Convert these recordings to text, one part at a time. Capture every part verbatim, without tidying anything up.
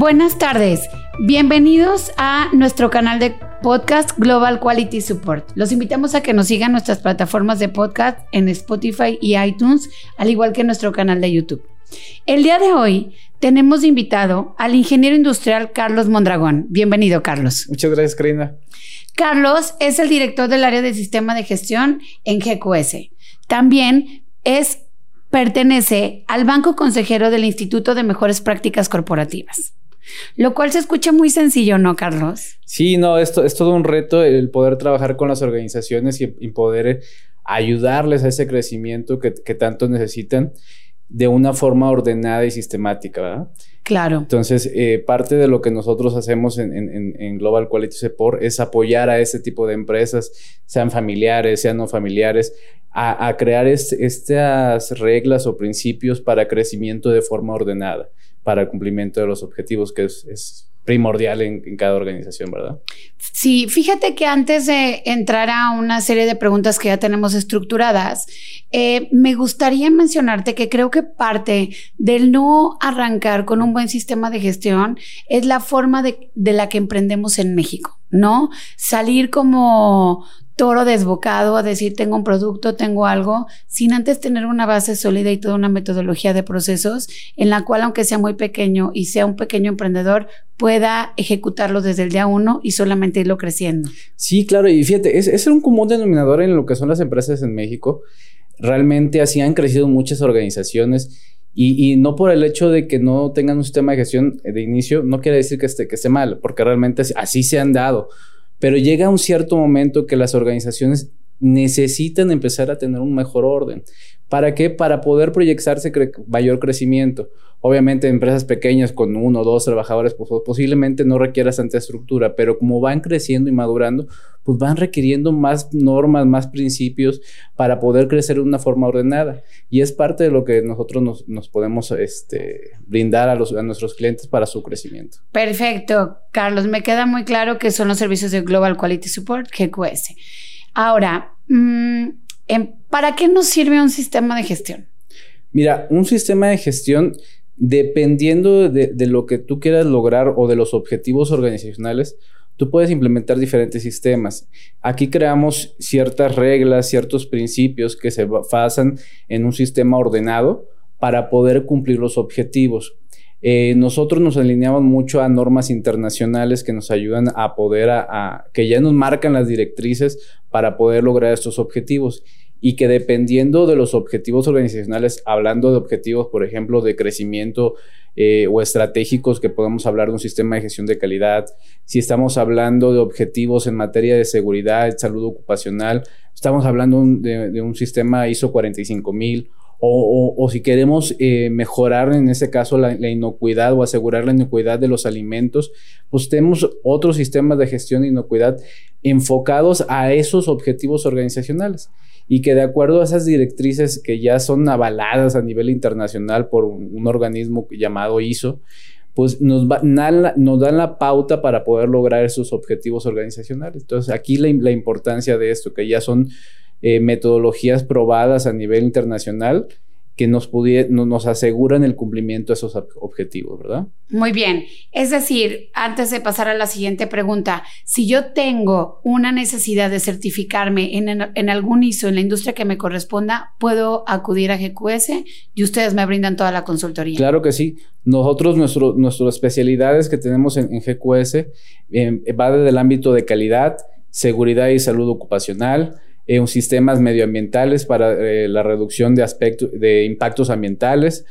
Buenas tardes, bienvenidos a nuestro canal de podcast Global Quality Support. Los invitamos a que nos sigan nuestras plataformas de podcast en Spotify y iTunes, al igual que nuestro canal de YouTube. El día de hoy tenemos invitado al ingeniero industrial Carlos Mondragón. Bienvenido, Carlos. Muchas gracias, Karina. Carlos es el director del área de sistema de gestión en G Q S. También es, pertenece al Banco Consejero del Instituto de Mejores Prácticas Corporativas. Lo cual se escucha muy sencillo, ¿no, Carlos? Sí, no, esto es todo un reto el poder trabajar con las organizaciones y, y poder ayudarles a ese crecimiento que, que tanto necesitan de una forma ordenada y sistemática, ¿verdad? Claro. Entonces, eh, parte de lo que nosotros hacemos en, en, en Global Quality Support es apoyar a este tipo de empresas, sean familiares, sean no familiares, a, a crear este, estas reglas o principios para crecimiento de forma ordenada, para el cumplimiento de los objetivos, que es, es primordial en, en cada organización, ¿verdad? Sí, fíjate que antes de entrar a una serie de preguntas que ya tenemos estructuradas, eh, me gustaría mencionarte que creo que parte del no arrancar con un buen sistema de gestión es la forma de, de la que emprendemos en México, ¿no? Salir como toro desbocado a decir tengo un producto, tengo algo, sin antes tener una base sólida y toda una metodología de procesos en la cual, aunque sea muy pequeño y sea un pequeño emprendedor, pueda ejecutarlo desde el día uno y solamente irlo creciendo. Sí, claro, y fíjate, es, es un común denominador en lo que son las empresas en México. Realmente así han crecido muchas organizaciones y, y no por el hecho de que no tengan un sistema de gestión de inicio, no quiere decir que esté, que esté mal, porque realmente así se han dado. Pero llega un cierto momento que las organizaciones necesitan empezar a tener un mejor orden. ¿Para qué? Para poder proyectarse cre- mayor crecimiento. Obviamente, empresas pequeñas con uno o dos trabajadores, pues, posiblemente no requieras tanta estructura, pero como van creciendo y madurando, pues van requiriendo más normas, más principios para poder crecer de una forma ordenada. Y es parte de lo que nosotros nos, nos podemos este, brindar a, los, a nuestros clientes para su crecimiento. Perfecto, Carlos. Me queda muy claro que son los servicios de Global Quality Support, G Q S. Ahora, mmm, ¿para qué nos sirve un sistema de gestión? Mira, un sistema de gestión, dependiendo de, de lo que tú quieras lograr o de los objetivos organizacionales, tú puedes implementar diferentes sistemas. Aquí creamos ciertas reglas, ciertos principios que se basan en un sistema ordenado para poder cumplir los objetivos. Eh, nosotros nos alineamos mucho a normas internacionales que nos ayudan a poder, a, a, que ya nos marcan las directrices para poder lograr estos objetivos. Y que dependiendo de los objetivos organizacionales, hablando de objetivos, por ejemplo, de crecimiento eh, o estratégicos, que podemos hablar de un sistema de gestión de calidad, si estamos hablando de objetivos en materia de seguridad, salud ocupacional, estamos hablando de, de un sistema I S O cuarenta y cinco mil, o, o, o si queremos eh, mejorar en ese caso la, la inocuidad o asegurar la inocuidad de los alimentos, pues tenemos otros sistemas de gestión de inocuidad enfocados a esos objetivos organizacionales. Y que de acuerdo a esas directrices que ya son avaladas a nivel internacional por un, un organismo llamado I S O, pues nos, va, na, nos dan la pauta para poder lograr esos objetivos organizacionales. Entonces aquí la, la importancia de esto, que ya son eh, metodologías probadas a nivel internacional que nos, pudi- no, nos aseguran el cumplimiento de esos objetivos, ¿verdad? Muy bien. Es decir, antes de pasar a la siguiente pregunta, si yo tengo una necesidad de certificarme en, en, en algún I S O en la industria que me corresponda, ¿puedo acudir a G Q S y ustedes me brindan toda la consultoría? Claro que sí. Nosotros, nuestro, nuestras especialidades que tenemos en, en G Q S eh, va desde el ámbito de calidad, seguridad y salud ocupacional, Eh, sistemas medioambientales para eh, la reducción de aspectos de impactos ambientales.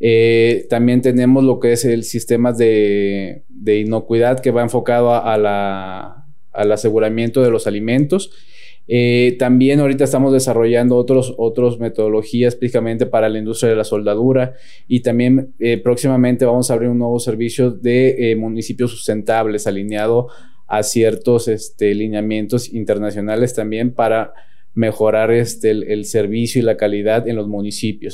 Eh, también tenemos lo que es el sistema de, de inocuidad, que va enfocado a, a la, al aseguramiento de los alimentos. Eh, también ahorita estamos desarrollando otros, otros metodologías específicamente para la industria de la soldadura, y también eh, próximamente vamos a abrir un nuevo servicio de eh, municipios sustentables alineado a ciertos este, lineamientos internacionales también para mejorar este, el, el servicio y la calidad en los municipios.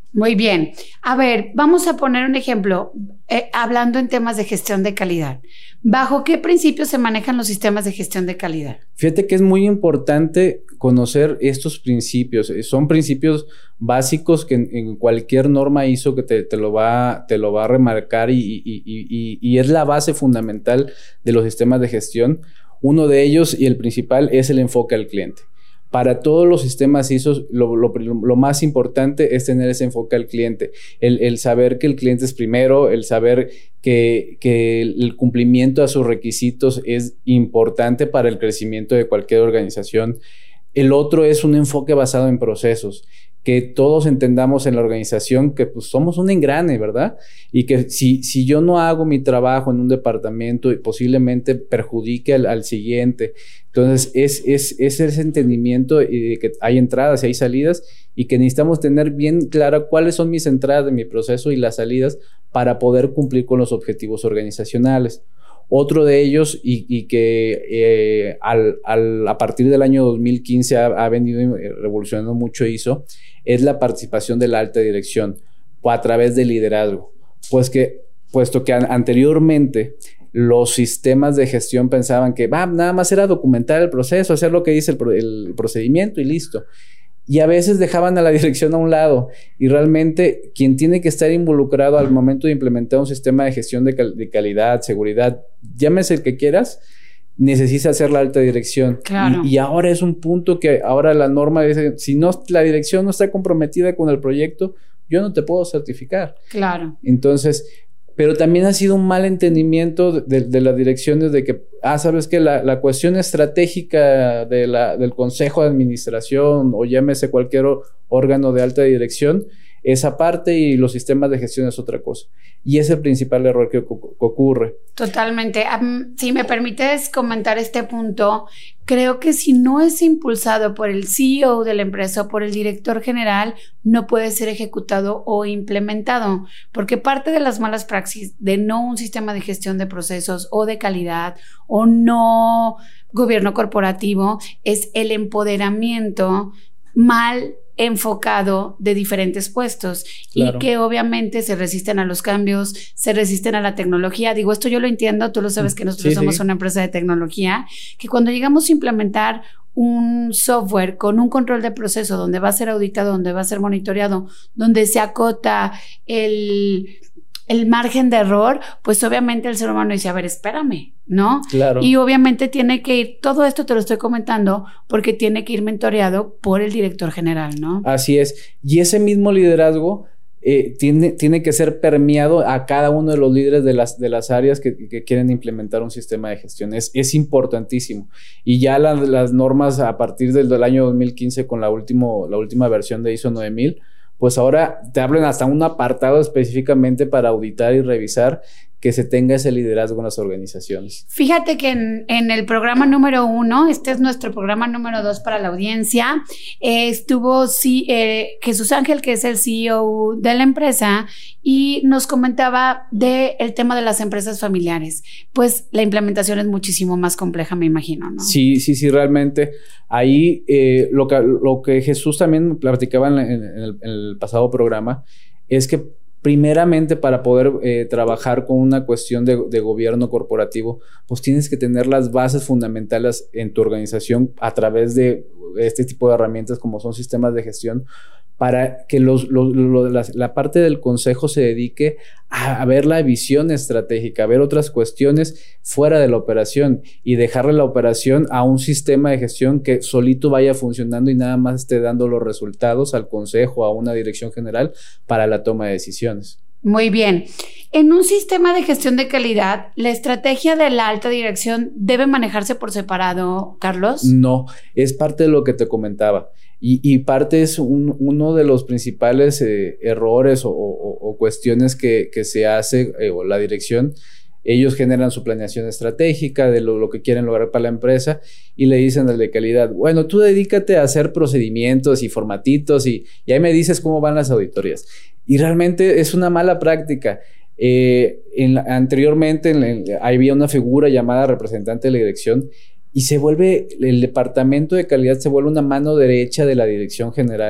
Muy bien. A ver, vamos a poner un ejemplo, eh, hablando en temas de gestión de calidad. ¿Bajo qué principios se manejan los sistemas de gestión de calidad? Fíjate que es muy importante conocer estos principios. Son principios básicos que en, en cualquier norma I S O que te, te, lo, va, te lo va a remarcar y, y, y, y, y es la base fundamental de los sistemas de gestión. Uno de ellos y el principal es el enfoque al cliente. Para todos los sistemas I S O, lo, lo, lo más importante es tener ese enfoque al cliente, el, el saber que el cliente es primero, el saber que, que el cumplimiento a sus requisitos es importante para el crecimiento de cualquier organización. El otro es un enfoque basado en procesos, que todos entendamos en la organización que pues, somos un engrane, ¿verdad? Y que si, si yo no hago mi trabajo en un departamento, posiblemente perjudique al, al siguiente. Entonces, es, es, es ese entendimiento de que hay entradas y hay salidas y que necesitamos tener bien clara cuáles son mis entradas de mi proceso y las salidas para poder cumplir con los objetivos organizacionales. Otro de ellos, y, y que eh, al, al, a partir del año dos mil quince ha, ha venido revolucionando mucho I S O, es la participación de la alta dirección a través del liderazgo. Pues que, puesto que an- anteriormente los sistemas de gestión pensaban que bah, nada más era documentar el proceso, hacer lo que dice el, pro- el procedimiento y listo. Y a veces dejaban a la dirección a un lado y realmente quien tiene que estar involucrado al momento de implementar un sistema de gestión de, cal- de calidad, seguridad, llámese el que quieras, necesita hacer la alta dirección. Claro. Y, y ahora es un punto que ahora la norma dice, si no, la dirección no está comprometida con el proyecto, yo no te puedo certificar. Claro. Entonces, pero también ha sido un mal entendimiento de, de, de las direcciones de que, ah, sabes que la, la cuestión estratégica de la, del consejo de administración o llámese cualquier órgano de alta dirección, esa parte y los sistemas de gestión es otra cosa. Y es el principal error que, que ocurre. Totalmente. Um, si me permites comentar este punto, creo que si no es impulsado por el C E O de la empresa o por el director general, no puede ser ejecutado o implementado, porque parte de las malas praxis de no un sistema de gestión de procesos o de calidad o no gobierno corporativo es el empoderamiento mal enfocado de diferentes puestos. Claro. Y que obviamente se resisten a los cambios, se resisten a la tecnología. Digo, esto yo lo entiendo, tú lo sabes que nosotros sí, somos sí. una empresa de tecnología, que cuando llegamos a implementar un software con un control de proceso donde va a ser auditado, donde va a ser monitoreado, donde se acota el... el margen de error, pues obviamente el ser humano dice, a ver, espérame, ¿no? Claro. Y obviamente tiene que ir, todo esto te lo estoy comentando porque tiene que ir mentoreado por el director general, ¿no? Así es. Y ese mismo liderazgo eh, tiene, tiene que ser permeado a cada uno de los líderes de las, de las áreas que, que quieren implementar un sistema de gestión. Es, es importantísimo. Y ya la, las normas a partir del, del año dos mil quince con la, último, la última versión de I S O nueve mil, pues ahora te abren hasta un apartado específicamente para auditar y revisar que se tenga ese liderazgo en las organizaciones. Fíjate que en, en el programa número uno, este es nuestro programa número dos para la audiencia, eh, estuvo sí, eh, Jesús Ángel, que es el C E O de la empresa, y nos comentaba del tema de las empresas familiares. Pues la implementación es muchísimo más compleja, me imagino, ¿no? Sí, sí, sí, realmente. Ahí eh, lo, que, lo que Jesús también platicaba en, en, en, el, en el pasado programa es que primeramente para poder eh, trabajar con una cuestión de, de gobierno corporativo, pues tienes que tener las bases fundamentales en tu organización a través de este tipo de herramientas como son sistemas de gestión, para que los, los, los, la, la parte del consejo se dedique a, a ver la visión estratégica, a ver otras cuestiones fuera de la operación y dejarle la operación a un sistema de gestión que solito vaya funcionando y nada más esté dando los resultados al consejo, a una dirección general para la toma de decisiones. Muy bien. En un sistema de gestión de calidad, ¿la estrategia de la alta dirección debe manejarse por separado, Carlos? No, es parte de lo que te comentaba. Y, y parte es un, uno de los principales eh, errores o, o, o cuestiones que, que se hace, eh, o la dirección, ellos generan su planeación estratégica de lo, lo que quieren lograr para la empresa y le dicen al de calidad, bueno, tú dedícate a hacer procedimientos y formatitos y, y ahí me dices cómo van las auditorías. Y realmente es una mala práctica. Eh, en la, anteriormente en la, había una figura llamada representante de la dirección y se vuelve, el departamento de calidad se vuelve una mano derecha de la dirección general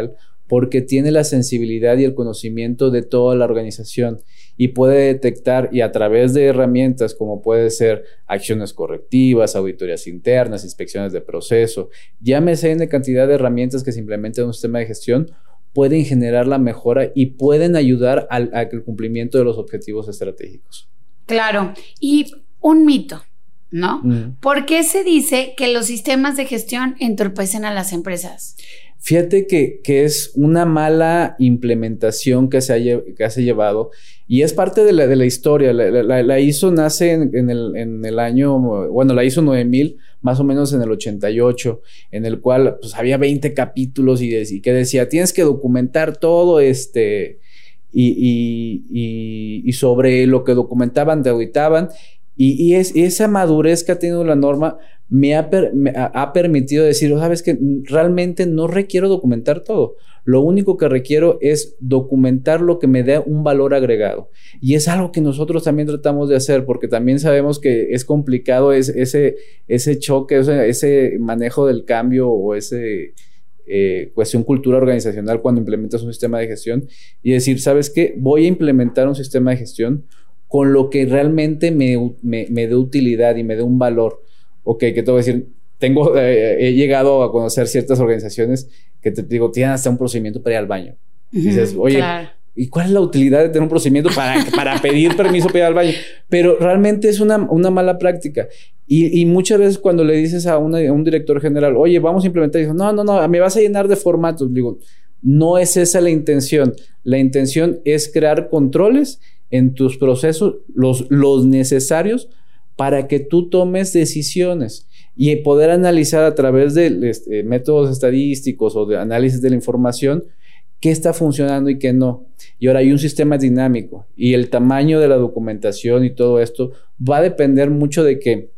porque tiene la sensibilidad y el conocimiento de toda la organización y puede detectar, y a través de herramientas como puede ser acciones correctivas, auditorías internas, inspecciones de proceso, llámese en cantidad de herramientas que se implementan en un sistema de gestión, pueden generar la mejora y pueden ayudar al, al cumplimiento de los objetivos estratégicos. Claro, y un mito, ¿no? Mm. ¿Por qué se dice que los sistemas de gestión entorpecen a las empresas? Fíjate que, que es una mala implementación que se ha, que se ha llevado y es parte de la, de la historia. La, la, la I S O nace en, en, el, en el año, bueno, la I S O nueve mil más o menos en el ochenta y ocho, en el cual pues había veinte capítulos y, de, y que decía, tienes que documentar todo este y, y, y, y sobre lo que documentaban te auditaban. Y, y, es, y esa madurez que ha tenido la norma me ha, per, me ha, ha permitido decir, sabes que realmente no requiero documentar todo. Lo único que requiero es documentar lo que me dé un valor agregado. Y es algo que nosotros también tratamos de hacer, porque también sabemos que es complicado es, ese, ese choque, ese, ese manejo del cambio o ese eh, cuestión cultura organizacional cuando implementas un sistema de gestión y decir, ¿sabes qué? Voy a implementar un sistema de gestión con lo que realmente me, me, me dé utilidad y me dé un valor. Ok, que te voy a decir, tengo, eh, he llegado a conocer ciertas organizaciones que te digo, tienen hasta un procedimiento para ir al baño. Uh-huh, y dices, oye, claro. ¿Y cuál es la utilidad de tener un procedimiento para, para pedir permiso para ir al baño? Pero realmente es una, una mala práctica. Y, y muchas veces cuando le dices a, una, a un director general, oye, vamos a implementar, y dices, no, no, no, me vas a llenar de formatos. Digo, no es esa la intención. La intención es crear controles en tus procesos, los, los necesarios para que tú tomes decisiones y poder analizar a través de este, métodos estadísticos o de análisis de la información qué está funcionando y qué no. Y ahora hay un sistema dinámico y el tamaño de la documentación y todo esto va a depender mucho de que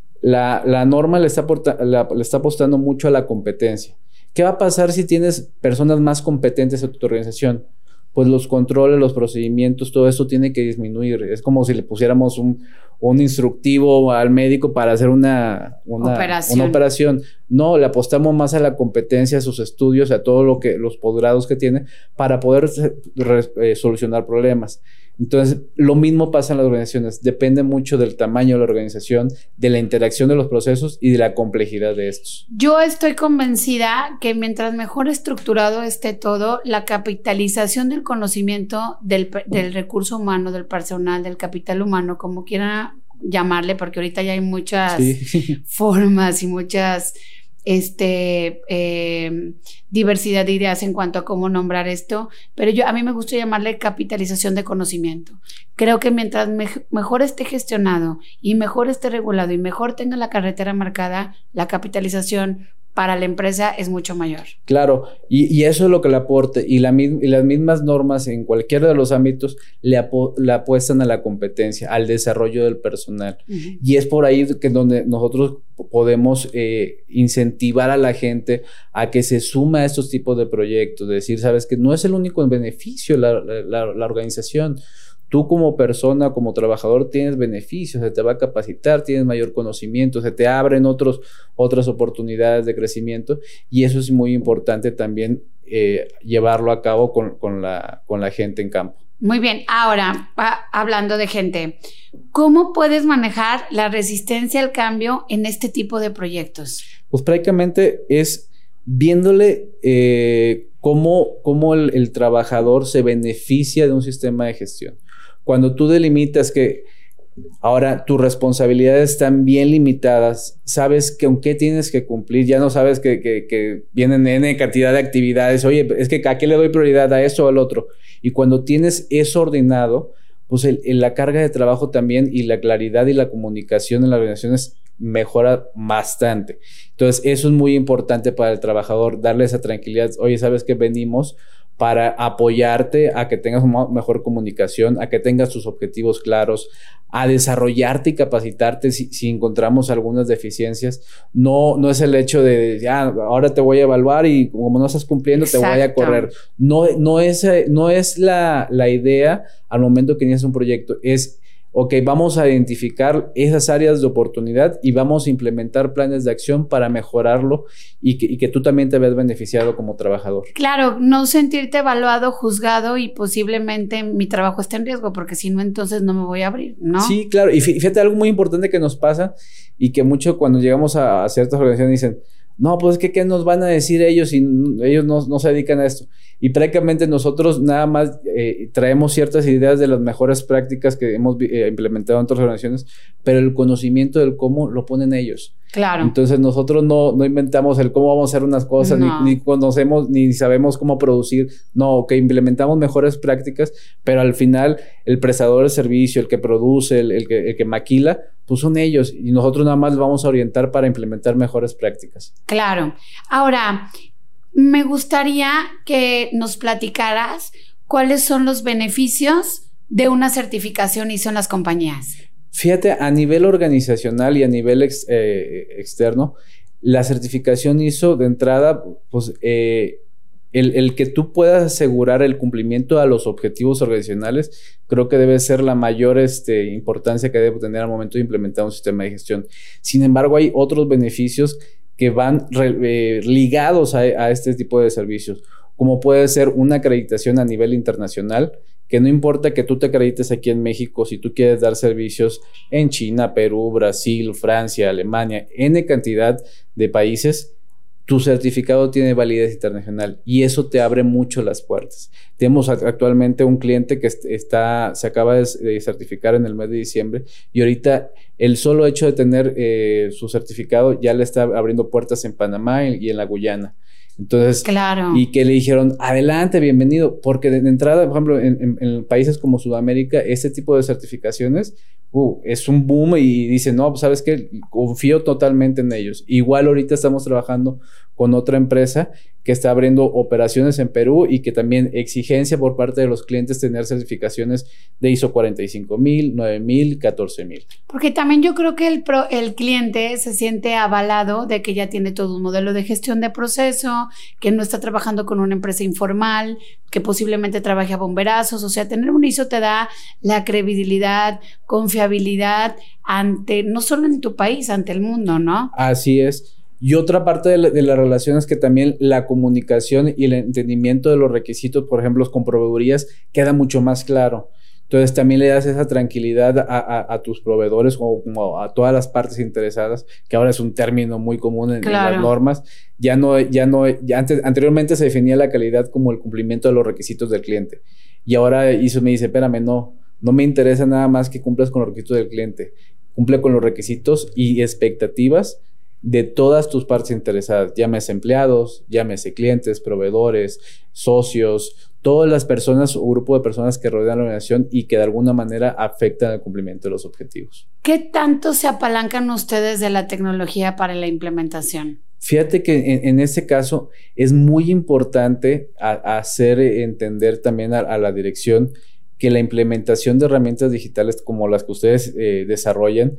la, la norma le está, porta, la, le está apostando mucho a la competencia. ¿Qué va a pasar si tienes personas más competentes en tu organización? Pues los controles, los procedimientos, todo eso tiene que disminuir. Es como si le pusiéramos un, un instructivo al médico para hacer una, una, operación. una operación. No, le apostamos más a la competencia, a sus estudios, a todo lo que, los posgrados que tiene para poder re, eh, solucionar problemas. Entonces, lo mismo pasa en las organizaciones. Depende mucho del tamaño de la organización, de la interacción de los procesos y de la complejidad de estos. Yo estoy convencida que mientras mejor estructurado esté todo, la capitalización del conocimiento del, del recurso humano, del personal, del capital humano, como quieran llamarle, porque ahorita ya hay muchas sí. formas y muchas este eh, diversidad de ideas en cuanto a cómo nombrar esto, pero yo a mí me gusta llamarle capitalización de conocimiento. Creo que mientras me, mejor esté gestionado y mejor esté regulado y mejor tenga la carretera marcada, la capitalización para la empresa es mucho mayor. Claro, y, y eso es lo que le aporte, y, la, y las mismas normas en cualquiera de los ámbitos le, apo, le apuestan a la competencia, al desarrollo del personal. Uh-huh. Y es por ahí que donde nosotros podemos eh, incentivar a la gente a que se sume a estos tipos de proyectos, de decir, sabes que no es el único beneficio la, la, la organización. Tú como persona, como trabajador, tienes beneficios, se te va a capacitar, tienes mayor conocimiento, se te abren otros, otras oportunidades de crecimiento y eso es muy importante también eh, llevarlo a cabo con, con, la, con la gente en campo. Muy bien, ahora, pa, hablando de gente, ¿cómo puedes manejar la resistencia al cambio en este tipo de proyectos? Pues prácticamente es viéndole eh, cómo, cómo el, el trabajador se beneficia de un sistema de gestión. Cuando tú delimitas que ahora tus responsabilidades están bien limitadas, sabes que con qué tienes que cumplir, ya no sabes que, que, que vienen N cantidad de actividades, oye, es que ¿a qué le doy prioridad? ¿A esto o al otro? Y cuando tienes eso ordenado, pues el, el, la carga de trabajo también y la claridad y la comunicación en las organizaciones mejora bastante. Entonces, eso es muy importante para el trabajador, darle esa tranquilidad. Oye, ¿sabes qué? Venimos para apoyarte a que tengas una mejor comunicación, a que tengas tus objetivos claros, a desarrollarte y capacitarte si, si encontramos algunas deficiencias. No, no es el hecho de, ya, ahora te voy a evaluar y como no estás cumpliendo, Exacto. te voy a correr. No, no es, no es la, la idea al momento que inicias un proyecto, es ok, vamos a identificar esas áreas de oportunidad y vamos a implementar planes de acción para mejorarlo y que, y que tú también te veas beneficiado como trabajador. Claro, no sentirte evaluado, juzgado y posiblemente mi trabajo esté en riesgo, porque si no, entonces no me voy a abrir, ¿no? Sí, claro. Y fíjate, algo muy importante que nos pasa y que mucho cuando llegamos a, a ciertas organizaciones dicen, no, pues es que ¿qué nos van a decir ellos si ellos no, no se dedican a esto? Y prácticamente nosotros nada más eh, traemos ciertas ideas de las mejores prácticas que hemos eh, implementado en otras organizaciones, pero el conocimiento del cómo lo ponen ellos. Claro. Entonces nosotros no, no inventamos el cómo vamos a hacer unas cosas, no. ni, ni conocemos, ni sabemos cómo producir. No, que implementamos mejores prácticas, pero al final el prestador de servicio, el que produce, el, el, que, el que maquila, pues son ellos. Y nosotros nada más vamos a orientar para implementar mejores prácticas. Claro. Ahora, me gustaría que nos platicaras cuáles son los beneficios de una certificación I S O en las compañías. Fíjate, a nivel organizacional y a nivel ex, eh, externo, la certificación I S O de entrada, pues eh, el, el que tú puedas asegurar el cumplimiento a los objetivos organizacionales, creo que debe ser la mayor este, importancia que debe tener al momento de implementar un sistema de gestión. Sin embargo, hay otros beneficios que van re, eh, ligados a, a este tipo de servicios, como puede ser una acreditación a nivel internacional, que no importa que tú te acredites aquí en México, si tú quieres dar servicios en China, Perú, Brasil, Francia, Alemania, N cantidad de países, tu certificado tiene validez internacional y eso te abre mucho las puertas. Tenemos actualmente un cliente que está, se acaba de certificar en el mes de diciembre y ahorita el solo hecho de tener eh, su certificado ya le está abriendo puertas en Panamá y en la Guyana. Entonces, claro. Y que le dijeron, adelante, bienvenido, porque de, de entrada, por ejemplo, en, en, en países como Sudamérica, este tipo de certificaciones uh, es un boom y dicen, no, pues sabes qué, confío totalmente en ellos. Igual ahorita estamos trabajando con otra empresa que está abriendo operaciones en Perú y que también exigencia por parte de los clientes tener certificaciones de I S O cuarenta y cinco mil, nueve mil, catorce mil. Porque también yo creo que el, pro, el cliente se siente avalado de que ya tiene todo un modelo de gestión de proceso, que no está trabajando con una empresa informal, que posiblemente trabaje a bomberazos. O sea, tener un I S O te da la credibilidad, confiabilidad ante, no solo en tu país, ante el mundo, ¿no? Así es. Y otra parte de la, de la relación es que también la comunicación y el entendimiento de los requisitos, por ejemplo, con proveedurías, queda mucho más claro. Entonces también le das esa tranquilidad a, a, a tus proveedores o como a todas las partes interesadas, que ahora es un término muy común en, claro. en las normas. Ya no, ya no, ya antes, anteriormente se definía la calidad como el cumplimiento de los requisitos del cliente. Y ahora I S O me dice, espérame, no, no me interesa nada más que cumplas con los requisitos del cliente. Cumple con los requisitos y expectativas de todas tus partes interesadas, llámese empleados, llámese clientes, proveedores, socios, todas las personas o grupo de personas que rodean la organización y que de alguna manera afectan el cumplimiento de los objetivos. ¿Qué tanto se apalancan ustedes de la tecnología para la implementación? Fíjate que en, en este caso es muy importante a, a hacer entender también a, a la dirección que la implementación de herramientas digitales como las que ustedes eh, desarrollan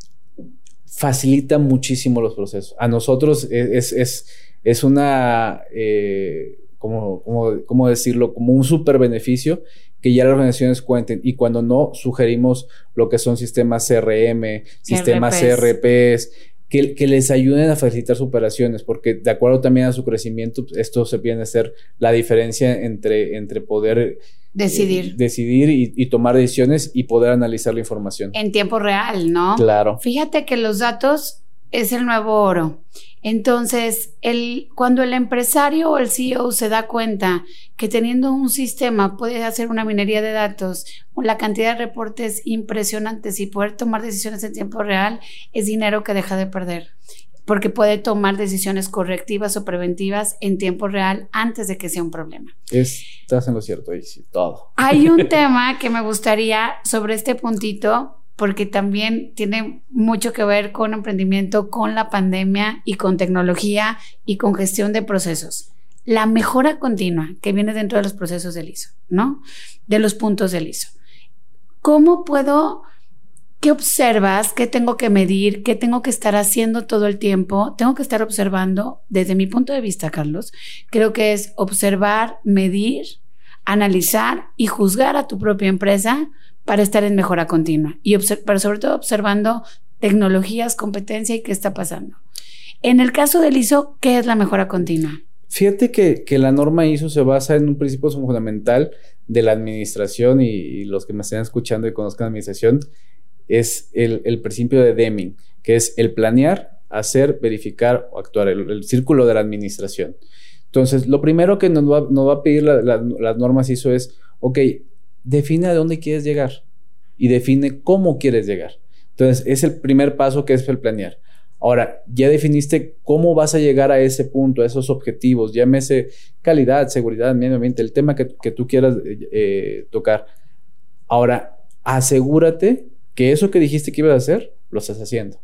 facilita muchísimo los procesos. A nosotros es, es, es una, eh, ¿cómo, cómo, cómo decirlo? Como un súper beneficio que ya las organizaciones cuenten. Y cuando no, sugerimos lo que son sistemas C R M, sistemas C R Ps, que, que les ayuden a facilitar sus operaciones, porque de acuerdo también a su crecimiento, esto se viene a ser la diferencia entre, entre poder decidir, eh, decidir y, y tomar decisiones y poder analizar la información. En tiempo real, ¿no? Claro. Fíjate que los datos es el nuevo oro. Entonces, el, cuando el empresario o el C E O se da cuenta que teniendo un sistema puede hacer una minería de datos, la cantidad de reportes impresionantes y poder tomar decisiones en tiempo real, es dinero que deja de perder, porque puede tomar decisiones correctivas o preventivas en tiempo real antes de que sea un problema. Estás en lo cierto, y sí, todo. Hay un tema que me gustaría sobre este puntito, porque también tiene mucho que ver con emprendimiento, con la pandemia y con tecnología y con gestión de procesos. La mejora continua que viene dentro de los procesos del I S O, ¿no? De los puntos del I S O. ¿Cómo puedo, qué observas, qué tengo que medir, qué tengo que estar haciendo todo el tiempo? Tengo que estar observando, desde mi punto de vista, Carlos, creo que es observar, medir, analizar y juzgar a tu propia empresa para estar en mejora continua, y observ- pero sobre todo observando tecnologías, competencia y qué está pasando. En el caso del I S O, ¿qué es la mejora continua? Fíjate que, que la norma I S O se basa en un principio fundamental de la administración, y, y los que me estén escuchando y conozcan la administración, es el, el principio de Deming, que es el planear, hacer, verificar o actuar, el, el círculo de la administración. Entonces, lo primero que nos va, nos va a pedir la, la, las normas I S O es, ok, define a dónde quieres llegar y define cómo quieres llegar. Entonces, es el primer paso, que es el planear. Ahora, ya definiste cómo vas a llegar a ese punto, a esos objetivos, llámese calidad, seguridad, medio ambiente, el tema que, que tú quieras eh, tocar. Ahora, asegúrate que eso que dijiste que ibas a hacer, lo estás haciendo.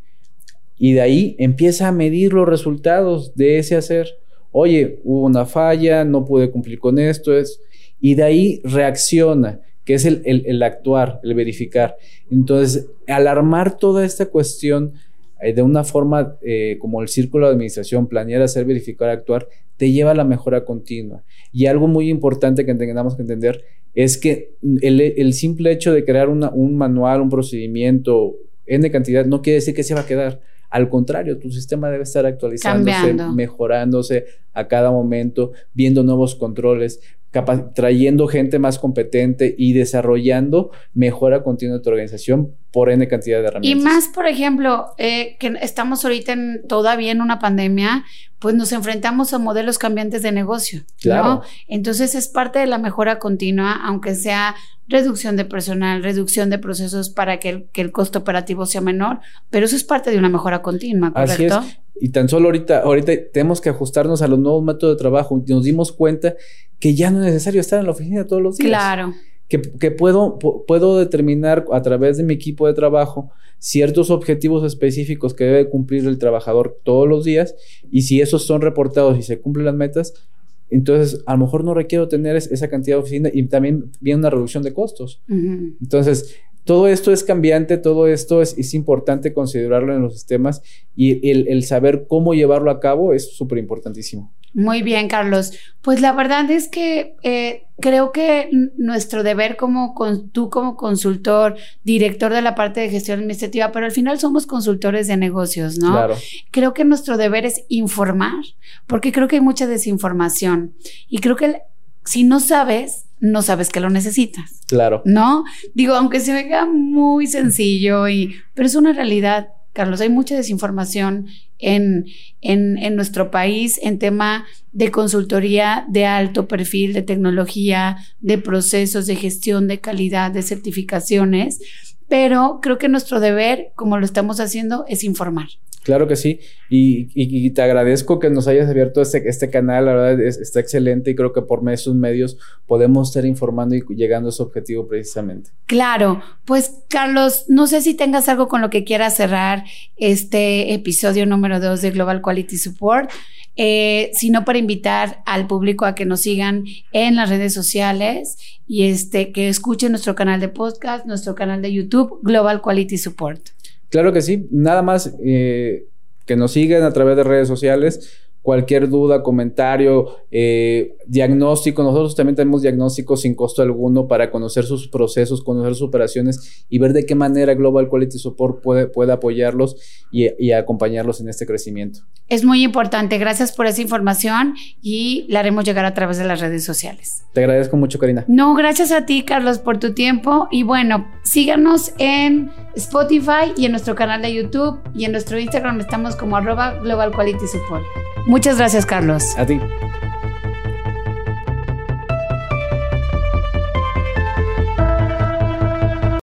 Y de ahí empieza a medir los resultados de ese hacer. Oye, hubo una falla, no pude cumplir con esto, es... y de ahí reacciona, que es el, el, el actuar, el verificar. Entonces, al armar toda esta cuestión eh, de una forma eh, como el círculo de administración, planear, hacer, verificar, actuar, te lleva a la mejora continua. Y algo muy importante que tengamos que entender es que el, el simple hecho de crear una, un manual, un procedimiento, N cantidad, no quiere decir que se va a quedar. Al contrario, tu sistema debe estar actualizándose, cambiando, mejorándose a cada momento, viendo nuevos controles, capa- trayendo gente más competente y desarrollando mejora continua de tu organización por N cantidad de herramientas. Y más, por ejemplo, eh, que estamos ahorita en, todavía en una pandemia, pues nos enfrentamos a modelos cambiantes de negocio, claro, ¿no? Entonces es parte de la mejora continua, aunque sea reducción de personal, reducción de procesos para que el, que el costo operativo sea menor, pero eso es parte de una mejora continua, ¿correcto? Así es. Y tan solo ahorita, ahorita tenemos que ajustarnos a los nuevos métodos de trabajo. Nos dimos cuenta que ya no es necesario estar en la oficina todos los días. Claro. Que, que puedo, puedo determinar a través de mi equipo de trabajo ciertos objetivos específicos que debe cumplir el trabajador todos los días, y si esos son reportados y se cumplen las metas, entonces a lo mejor no requiero tener esa cantidad de oficina, y también viene una reducción de costos. Uh-huh. Entonces, todo esto es cambiante, todo esto es, es importante considerarlo en los sistemas, y el, el saber cómo llevarlo a cabo es súper importantísimo. Muy bien, Carlos. Pues la verdad es que eh, creo que nuestro deber como con, tú como consultor, director de la parte de gestión administrativa, pero al final somos consultores de negocios, ¿no? Claro. Creo que nuestro deber es informar, porque creo que hay mucha desinformación, y creo que si no sabes, no sabes que lo necesitas. Claro. ¿No? Digo, aunque se vea muy sencillo, y, pero es una realidad, Carlos. Hay mucha desinformación en, en, en nuestro país en tema de consultoría de alto perfil, de tecnología, de procesos, de gestión, de calidad, de certificaciones, pero creo que nuestro deber, como lo estamos haciendo, es informar. Claro que sí, y, y, y te agradezco que nos hayas abierto este, este canal, la verdad es, está excelente, y creo que por esos medios podemos estar informando y llegando a ese objetivo precisamente. Claro, pues Carlos, no sé si tengas algo con lo que quieras cerrar este episodio número dos de Global Quality Support, eh, sino para invitar al público a que nos sigan en las redes sociales y este, que escuchen nuestro canal de podcast, nuestro canal de YouTube, Global Quality Support. Claro que sí, nada más eh, que nos sigan a través de redes sociales. Cualquier duda, comentario, eh, diagnóstico. Nosotros también tenemos diagnósticos sin costo alguno para conocer sus procesos, conocer sus operaciones y ver de qué manera Global Quality Support puede, puede apoyarlos y, y acompañarlos en este crecimiento. Es muy importante. Gracias por esa información, y la haremos llegar a través de las redes sociales. Te agradezco mucho, Karina. No, gracias a ti, Carlos, por tu tiempo. Y bueno, síganos en Spotify y en nuestro canal de YouTube, y en nuestro Instagram estamos como arroba Global Quality Support. Muchas gracias, Carlos. A ti.